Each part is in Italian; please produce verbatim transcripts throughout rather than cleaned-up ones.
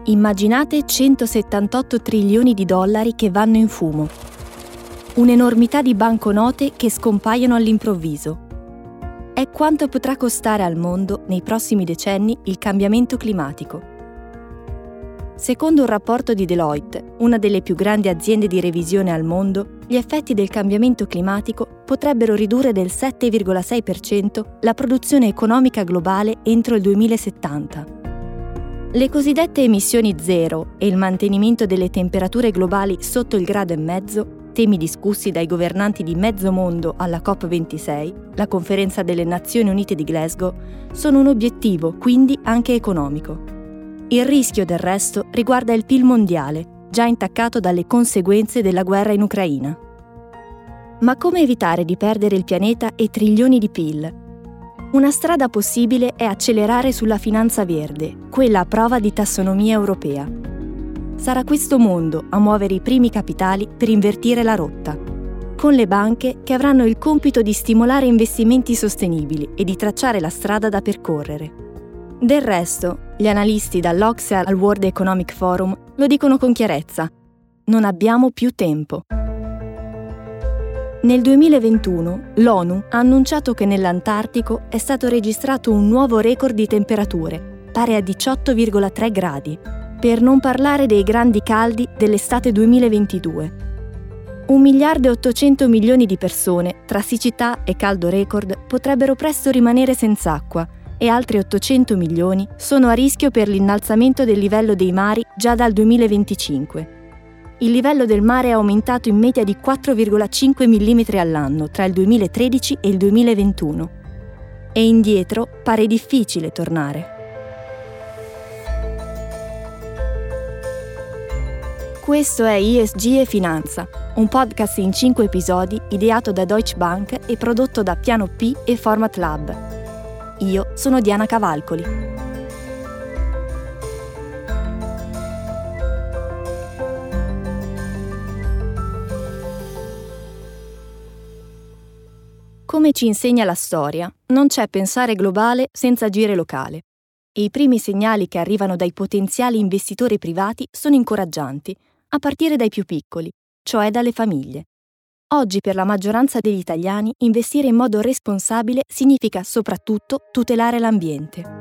Immaginate centosettantotto trilioni di dollari che vanno in fumo. Un'enormità di banconote che scompaiono all'improvviso. È quanto potrà costare al mondo nei prossimi decenni il cambiamento climatico. Secondo un rapporto di Deloitte, una delle più grandi aziende di revisione al mondo, gli effetti del cambiamento climatico potrebbero ridurre del sette virgola sei per cento la produzione economica globale entro il duemilasettanta. Le cosiddette emissioni zero e il mantenimento delle temperature globali sotto il grado e mezzo, temi discussi dai governanti di mezzo mondo alla COP ventisei, la conferenza delle Nazioni Unite di Glasgow, sono un obiettivo, quindi anche economico. Il rischio, del resto, riguarda il P I L mondiale, già intaccato dalle conseguenze della guerra in Ucraina. Ma come evitare di perdere il pianeta e trilioni di P I L? Una strada possibile è accelerare sulla finanza verde, quella a prova di tassonomia europea. Sarà questo mondo a muovere i primi capitali per invertire la rotta, con le banche che avranno il compito di stimolare investimenti sostenibili e di tracciare la strada da percorrere. Del resto, gli analisti dall'O C S E al World Economic Forum lo dicono con chiarezza: non abbiamo più tempo. Nel duemilaventuno l'ONU ha annunciato che nell'Antartico è stato registrato un nuovo record di temperature, pari a diciotto virgola tre gradi, per non parlare dei grandi caldi dell'estate duemilaventidue. Un miliardo e ottocento milioni di persone, tra siccità e caldo record, potrebbero presto rimanere senza acqua e altri ottocento milioni sono a rischio per l'innalzamento del livello dei mari già dal duemilaventicinque. Il livello del mare è aumentato in media di quattro virgola cinque millimetri all'anno tra il duemilatredici e il duemilaventuno. E indietro pare difficile tornare. Questo è E S G e Finanza, un podcast in cinque episodi ideato da Deutsche Bank e prodotto da Piano P e Format Lab. Io sono Diana Cavalcoli. Come ci insegna la storia, non c'è pensare globale senza agire locale. E i primi segnali che arrivano dai potenziali investitori privati sono incoraggianti, a partire dai più piccoli, cioè dalle famiglie. Oggi per la maggioranza degli italiani investire in modo responsabile significa soprattutto tutelare l'ambiente.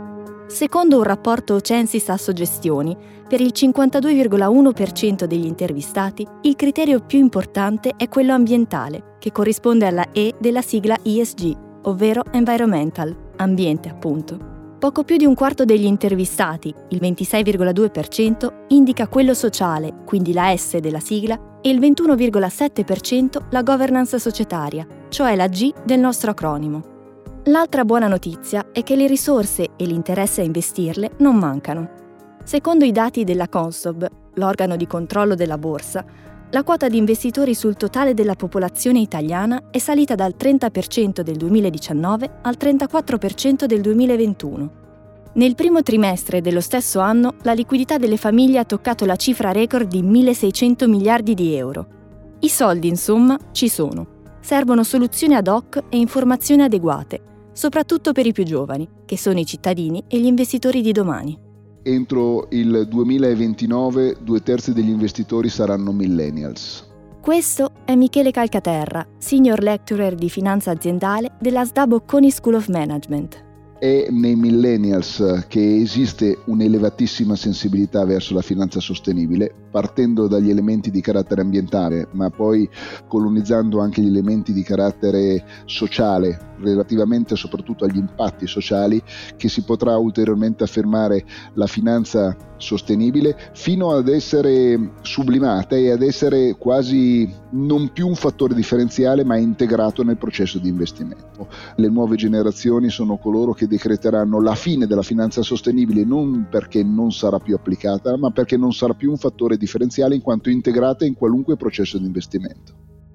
Secondo un rapporto Censis Assoggestioni, per il cinquantadue virgola uno per cento degli intervistati, il criterio più importante è quello ambientale, che corrisponde alla E della sigla E S G, ovvero Environmental, ambiente appunto. Poco più di un quarto degli intervistati, il ventisei virgola due per cento, indica quello sociale, quindi la S della sigla, e il ventuno virgola sette per cento la governance societaria, cioè la G del nostro acronimo. L'altra buona notizia è che le risorse e l'interesse a investirle non mancano. Secondo i dati della Consob, l'organo di controllo della borsa, la quota di investitori sul totale della popolazione italiana è salita dal trenta per cento del duemiladiciannove al trentaquattro per cento del duemilaventuno. Nel primo trimestre dello stesso anno, la liquidità delle famiglie ha toccato la cifra record di milleseicento miliardi di euro. I soldi, insomma, ci sono. Servono soluzioni ad hoc e informazioni adeguate, soprattutto per i più giovani, che sono i cittadini e gli investitori di domani. Entro il duemilaventinove due terzi degli investitori saranno millennials. Questo è Michele Calcaterra, Senior Lecturer di Finanza Aziendale della S D A Bocconi School of Management. È nei millennials che esiste un'elevatissima sensibilità verso la finanza sostenibile, partendo dagli elementi di carattere ambientale, ma poi colonizzando anche gli elementi di carattere sociale, relativamente soprattutto agli impatti sociali, che si potrà ulteriormente affermare la finanza sostenibile fino ad essere sublimata e ad essere quasi non più un fattore differenziale ma integrato nel processo di investimento. Le nuove generazioni sono coloro che decreteranno la fine della finanza sostenibile non perché non sarà più applicata, ma perché non sarà più un fattore differenziale in quanto integrata in qualunque processo di investimento.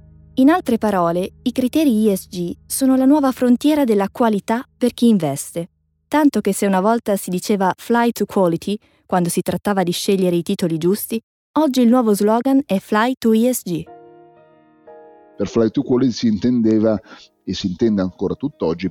In altre parole, i criteri E S G sono la nuova frontiera della qualità per chi investe. Tanto che se una volta si diceva fly to quality, quando si trattava di scegliere i titoli giusti, oggi il nuovo slogan è fly to E S G. Per fly to quality si intendeva e si intende ancora tutt'oggi,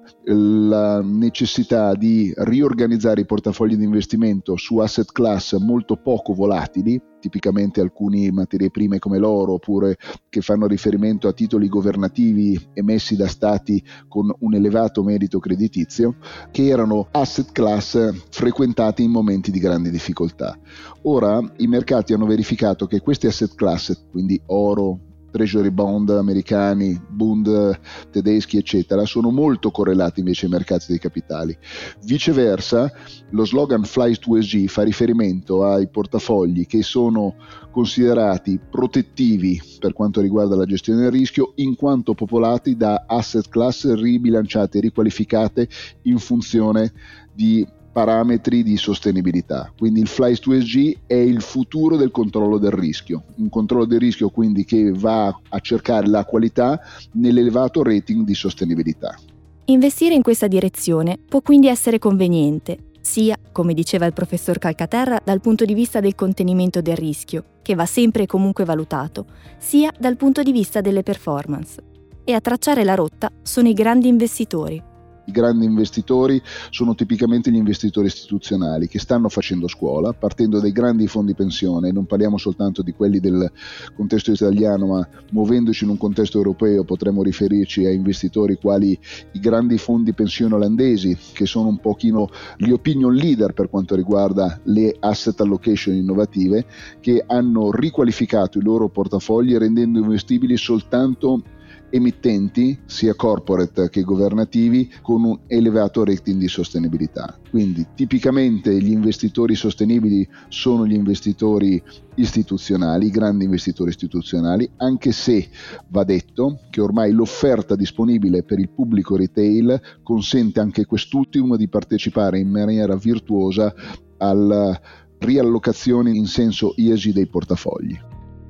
la necessità di riorganizzare i portafogli di investimento su asset class molto poco volatili, tipicamente alcune materie prime come l'oro, oppure che fanno riferimento a titoli governativi emessi da stati con un elevato merito creditizio, che erano asset class frequentati in momenti di grandi difficoltà. Ora i mercati hanno verificato che questi asset class, quindi oro, treasury bond americani, Bund tedeschi, eccetera, sono molto correlati invece ai mercati dei capitali. Viceversa, lo slogan Flies to E S G fa riferimento ai portafogli che sono considerati protettivi per quanto riguarda la gestione del rischio, in quanto popolati da asset class ribilanciate e riqualificate in funzione di parametri di sostenibilità. Quindi il Flies to E S G è il futuro del controllo del rischio, un controllo del rischio quindi che va a cercare la qualità nell'elevato rating di sostenibilità. Investire in questa direzione può quindi essere conveniente, sia, come diceva il professor Calcaterra, dal punto di vista del contenimento del rischio, che va sempre e comunque valutato, sia dal punto di vista delle performance. E a tracciare la rotta sono i grandi investitori. I grandi investitori sono tipicamente gli investitori istituzionali che stanno facendo scuola, partendo dai grandi fondi pensione. Non parliamo soltanto di quelli del contesto italiano, ma muovendoci in un contesto europeo potremmo riferirci a investitori quali i grandi fondi pensione olandesi, che sono un pochino gli opinion leader per quanto riguarda le asset allocation innovative, che hanno riqualificato i loro portafogli rendendo investibili soltanto emittenti sia corporate che governativi con un elevato rating di sostenibilità. Quindi tipicamente gli investitori sostenibili sono gli investitori istituzionali, i grandi investitori istituzionali, anche se va detto che ormai l'offerta disponibile per il pubblico retail consente anche quest'ultimo di partecipare in maniera virtuosa alla riallocazione in senso E S G dei portafogli.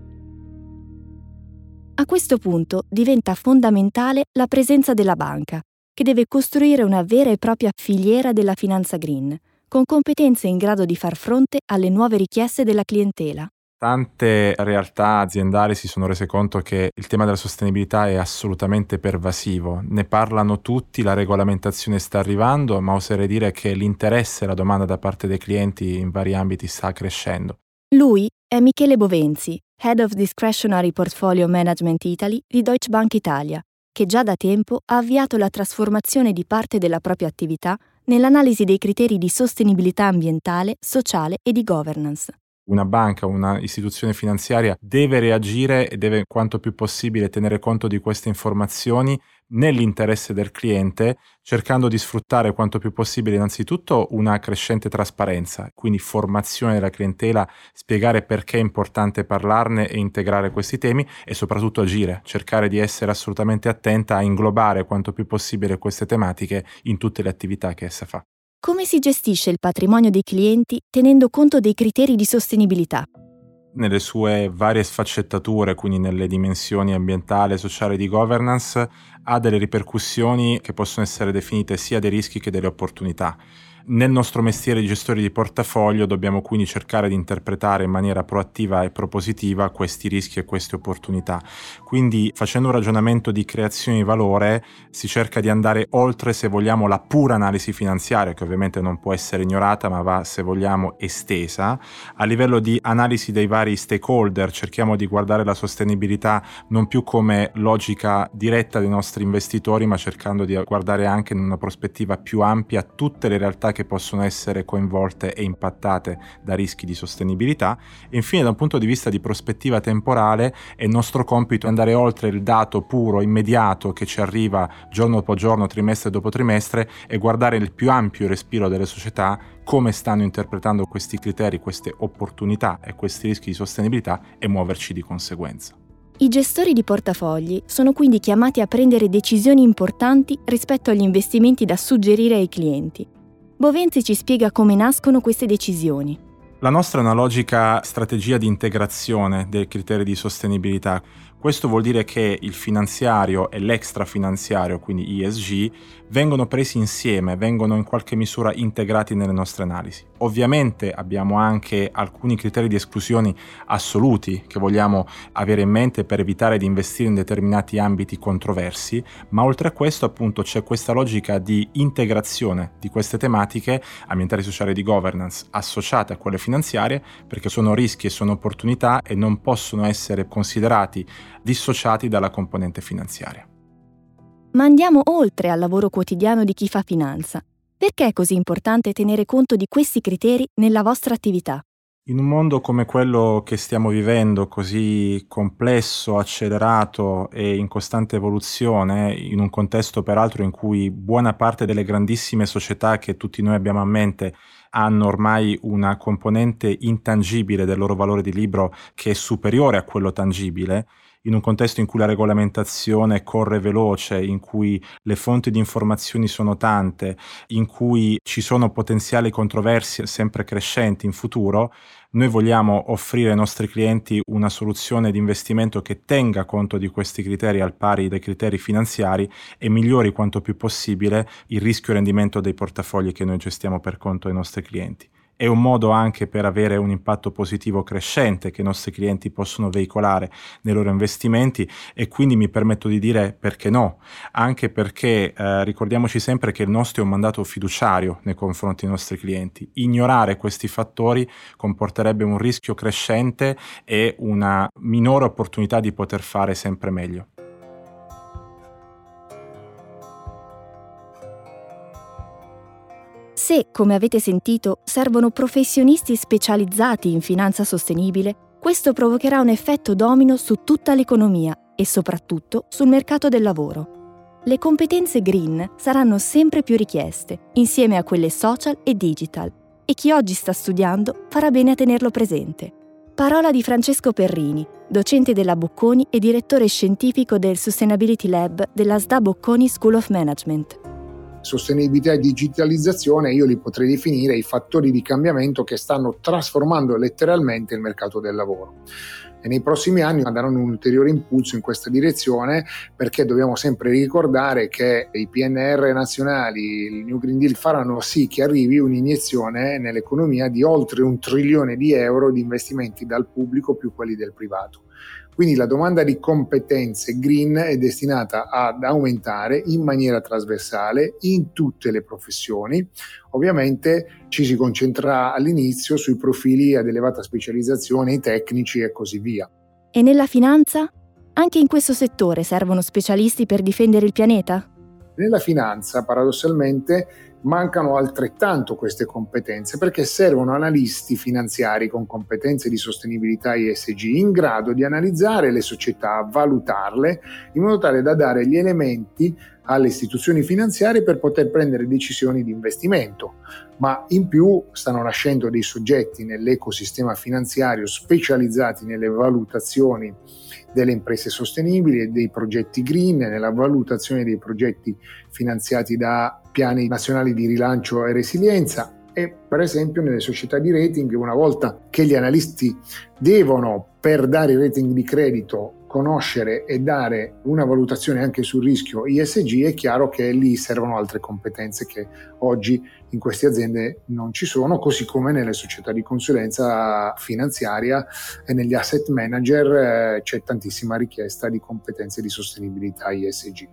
A questo punto diventa fondamentale la presenza della banca, che deve costruire una vera e propria filiera della finanza green, con competenze in grado di far fronte alle nuove richieste della clientela. Tante realtà aziendali si sono rese conto che il tema della sostenibilità è assolutamente pervasivo. Ne parlano tutti, la regolamentazione sta arrivando, ma oserei dire che l'interesse e la domanda da parte dei clienti in vari ambiti sta crescendo. Lui è Michele Bovenzi, Head of Discretionary Portfolio Management Italy di Deutsche Bank Italia, che già da tempo ha avviato la trasformazione di parte della propria attività nell'analisi dei criteri di sostenibilità ambientale, sociale e di governance. Una banca, una istituzione finanziaria deve reagire e deve quanto più possibile tenere conto di queste informazioni nell'interesse del cliente, cercando di sfruttare quanto più possibile innanzitutto una crescente trasparenza, quindi formazione della clientela, spiegare perché è importante parlarne e integrare questi temi e soprattutto agire, cercare di essere assolutamente attenta a inglobare quanto più possibile queste tematiche in tutte le attività che essa fa. Come si gestisce il patrimonio dei clienti tenendo conto dei criteri di sostenibilità? Nelle sue varie sfaccettature, quindi nelle dimensioni ambientale, sociale e di governance, ha delle ripercussioni che possono essere definite sia dei rischi che delle opportunità. Nel nostro mestiere di gestori di portafoglio dobbiamo quindi cercare di interpretare in maniera proattiva e propositiva questi rischi e queste opportunità. Quindi facendo un ragionamento di creazione di valore si cerca di andare oltre, se vogliamo, la pura analisi finanziaria, che ovviamente non può essere ignorata ma va, se vogliamo, estesa. A livello di analisi dei vari stakeholder cerchiamo di guardare la sostenibilità non più come logica diretta dei nostri investitori, ma cercando di guardare anche in una prospettiva più ampia tutte le realtà che possono essere coinvolte e impattate da rischi di sostenibilità. E infine, da un punto di vista di prospettiva temporale, è il nostro compito andare oltre il dato puro, immediato, che ci arriva giorno dopo giorno, trimestre dopo trimestre, e guardare il più ampio respiro delle società, come stanno interpretando questi criteri, queste opportunità e questi rischi di sostenibilità, e muoverci di conseguenza. I gestori di portafogli sono quindi chiamati a prendere decisioni importanti rispetto agli investimenti da suggerire ai clienti. Bovenzi ci spiega come nascono queste decisioni. La nostra è una logica strategia di integrazione dei criteri di sostenibilità. Questo vuol dire che il finanziario e l'extrafinanziario, quindi E S G, vengono presi insieme, vengono in qualche misura integrati nelle nostre analisi. Ovviamente abbiamo anche alcuni criteri di esclusione assoluti che vogliamo avere in mente per evitare di investire in determinati ambiti controversi, ma oltre a questo appunto c'è questa logica di integrazione di queste tematiche ambientali, sociali e di governance associate a quelle finanziarie, perché sono rischi e sono opportunità e non possono essere considerati dissociati dalla componente finanziaria. Ma andiamo oltre al lavoro quotidiano di chi fa finanza. Perché è così importante tenere conto di questi criteri nella vostra attività? In un mondo come quello che stiamo vivendo, così complesso, accelerato e in costante evoluzione, in un contesto peraltro in cui buona parte delle grandissime società che tutti noi abbiamo a mente hanno ormai una componente intangibile del loro valore di libro che è superiore a quello tangibile, in un contesto in cui la regolamentazione corre veloce, in cui le fonti di informazioni sono tante, in cui ci sono potenziali controversie sempre crescenti in futuro, noi vogliamo offrire ai nostri clienti una soluzione di investimento che tenga conto di questi criteri al pari dei criteri finanziari e migliori quanto più possibile il rischio e rendimento dei portafogli che noi gestiamo per conto dei nostri clienti. È un modo anche per avere un impatto positivo crescente che i nostri clienti possono veicolare nei loro investimenti e quindi mi permetto di dire perché no, anche perché eh, ricordiamoci sempre che il nostro è un mandato fiduciario nei confronti dei nostri clienti. Ignorare questi fattori comporterebbe un rischio crescente e una minore opportunità di poter fare sempre meglio. Se, come avete sentito, servono professionisti specializzati in finanza sostenibile, questo provocherà un effetto domino su tutta l'economia e soprattutto sul mercato del lavoro. Le competenze green saranno sempre più richieste, insieme a quelle social e digital, e chi oggi sta studiando farà bene a tenerlo presente. Parola di Francesco Perrini, docente della Bocconi e direttore scientifico del Sustainability Lab della S D A Bocconi School of Management. Sostenibilità e digitalizzazione io li potrei definire i fattori di cambiamento che stanno trasformando letteralmente il mercato del lavoro. E nei prossimi anni daranno un ulteriore impulso in questa direzione, perché dobbiamo sempre ricordare che i P N R nazionali, il New Green Deal faranno sì che arrivi un'iniezione nell'economia di oltre un trilione di euro di investimenti dal pubblico più quelli del privato. Quindi la domanda di competenze green è destinata ad aumentare in maniera trasversale in tutte le professioni. Ovviamente ci si concentrerà all'inizio sui profili ad elevata specializzazione, i tecnici e così via. E nella finanza? Anche in questo settore servono specialisti per difendere il pianeta? Nella finanza, paradossalmente, mancano altrettanto queste competenze, perché servono analisti finanziari con competenze di sostenibilità E S G in grado di analizzare le società, valutarle, in modo tale da dare gli elementi alle istituzioni finanziarie per poter prendere decisioni di investimento. Ma in più stanno nascendo dei soggetti nell'ecosistema finanziario specializzati nelle valutazioni delle imprese sostenibili e dei progetti green, nella valutazione dei progetti finanziati da piani nazionali di rilancio e resilienza e per esempio nelle società di rating, una volta che gli analisti devono, per dare il rating di credito, conoscere e dare una valutazione anche sul rischio E S G, è chiaro che lì servono altre competenze che oggi in queste aziende non ci sono, così come nelle società di consulenza finanziaria e negli asset manager eh, c'è tantissima richiesta di competenze di sostenibilità E S G.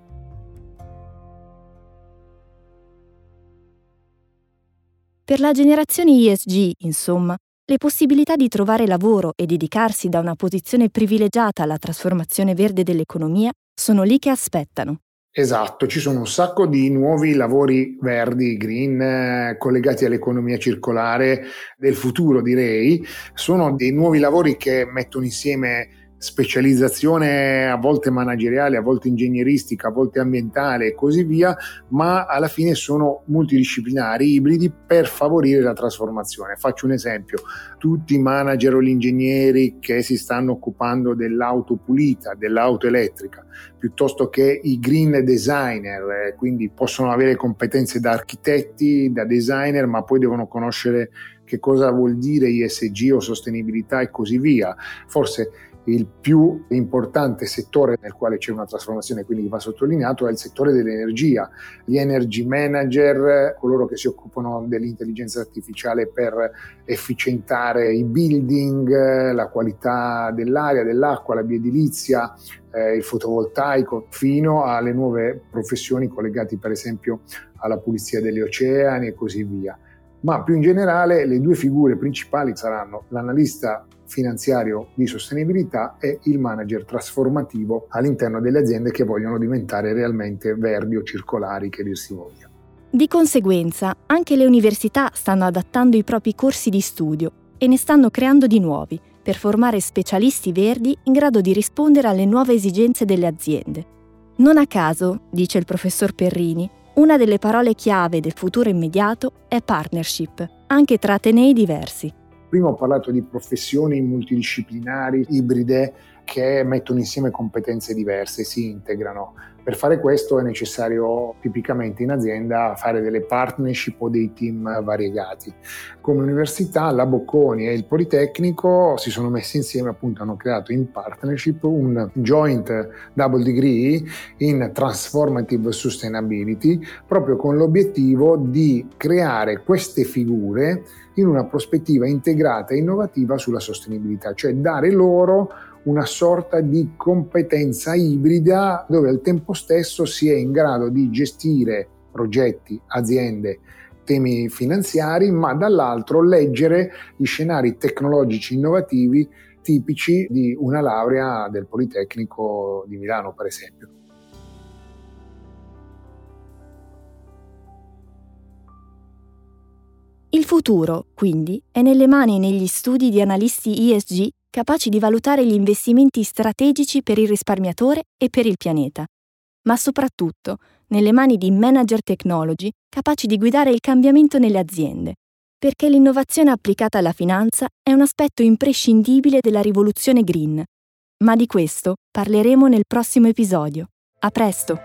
Per la generazione E S G, insomma, le possibilità di trovare lavoro e dedicarsi da una posizione privilegiata alla trasformazione verde dell'economia sono lì che aspettano. Esatto, ci sono un sacco di nuovi lavori verdi, green, eh, collegati all'economia circolare del futuro, direi. Sono dei nuovi lavori che mettono insieme specializzazione a volte manageriale, a volte ingegneristica, a volte ambientale e così via, ma alla fine sono multidisciplinari, ibridi, per favorire la trasformazione. Faccio un esempio: tutti i manager o gli ingegneri che si stanno occupando dell'auto pulita, dell'auto elettrica, piuttosto che i green designer, eh, quindi possono avere competenze da architetti, da designer, ma poi devono conoscere che cosa vuol dire E S G o sostenibilità e così via. Forse Il più importante settore nel quale c'è una trasformazione, quindi che va sottolineato, è il settore dell'energia. Gli energy manager, coloro che si occupano dell'intelligenza artificiale per efficientare i building, la qualità dell'aria, dell'acqua, la biedilizia, eh, il fotovoltaico, fino alle nuove professioni collegate per esempio alla pulizia degli oceani e così via. Ma più in generale le due figure principali saranno l'analista finanziario di sostenibilità e il manager trasformativo all'interno delle aziende che vogliono diventare realmente verdi o circolari, che dir si voglia. Di conseguenza, anche le università stanno adattando i propri corsi di studio e ne stanno creando di nuovi per formare specialisti verdi in grado di rispondere alle nuove esigenze delle aziende. Non a caso, dice il professor Perrini, una delle parole chiave del futuro immediato è partnership, anche tra atenei diversi. Prima ho parlato di professioni multidisciplinari, ibride, che mettono insieme competenze diverse, si integrano. Per fare questo è necessario tipicamente in azienda fare delle partnership o dei team variegati. Come università, la Bocconi e il Politecnico si sono messi insieme, appunto hanno creato in partnership un joint double degree in Transformative Sustainability, proprio con l'obiettivo di creare queste figure in una prospettiva integrata e innovativa sulla sostenibilità, cioè dare loro una sorta di competenza ibrida dove al tempo stesso si è in grado di gestire progetti, aziende, temi finanziari, ma dall'altro leggere gli scenari tecnologici innovativi tipici di una laurea del Politecnico di Milano, per esempio. Il futuro, quindi, è nelle mani e negli studi di analisti E S G capaci di valutare gli investimenti strategici per il risparmiatore e per il pianeta, ma soprattutto nelle mani di manager technology capaci di guidare il cambiamento nelle aziende, perché l'innovazione applicata alla finanza è un aspetto imprescindibile della rivoluzione green. Ma di questo parleremo nel prossimo episodio. A presto!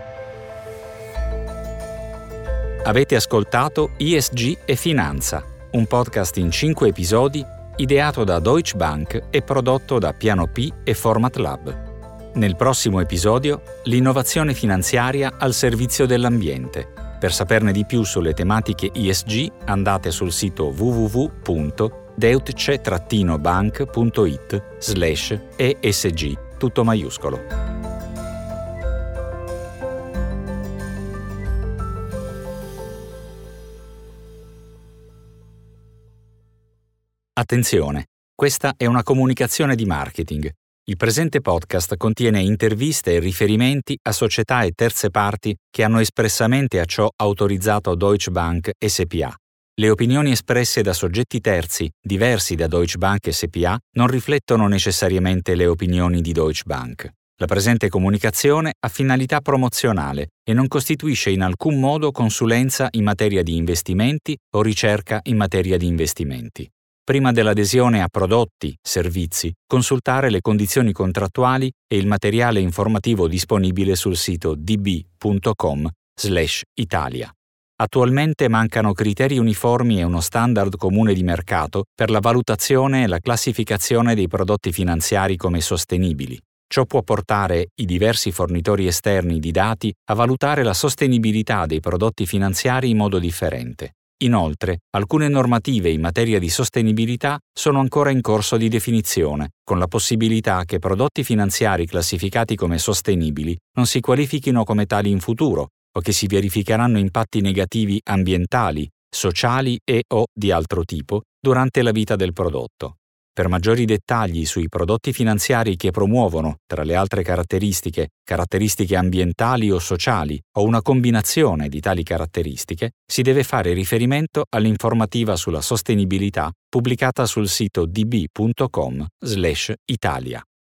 Avete ascoltato E S G e Finanza, un podcast in cinque episodi ideato da Deutsche Bank e prodotto da Piano P e Format Lab. Nel prossimo episodio, l'innovazione finanziaria al servizio dell'ambiente. Per saperne di più sulle tematiche E S G, andate sul sito w w w punto deutsche bank punto i t slash E S G, tutto maiuscolo. Attenzione, questa è una comunicazione di marketing. Il presente podcast contiene interviste e riferimenti a società e terze parti che hanno espressamente a ciò autorizzato Deutsche Bank S P A. Le opinioni espresse da soggetti terzi, diversi da Deutsche Bank S P A, non riflettono necessariamente le opinioni di Deutsche Bank. La presente comunicazione ha finalità promozionale e non costituisce in alcun modo consulenza in materia di investimenti o ricerca in materia di investimenti. Prima dell'adesione a prodotti, servizi, consultare le condizioni contrattuali e il materiale informativo disponibile sul sito d b punto com slash italia. Attualmente mancano criteri uniformi e uno standard comune di mercato per la valutazione e la classificazione dei prodotti finanziari come sostenibili. Ciò può portare i diversi fornitori esterni di dati a valutare la sostenibilità dei prodotti finanziari in modo differente. Inoltre, alcune normative in materia di sostenibilità sono ancora in corso di definizione, con la possibilità che prodotti finanziari classificati come sostenibili non si qualifichino come tali in futuro o che si verificheranno impatti negativi ambientali, sociali e o di altro tipo durante la vita del prodotto. Per maggiori dettagli sui prodotti finanziari che promuovono, tra le altre caratteristiche, caratteristiche ambientali o sociali o una combinazione di tali caratteristiche, si deve fare riferimento all'informativa sulla sostenibilità pubblicata sul sito d b punto com slash italia.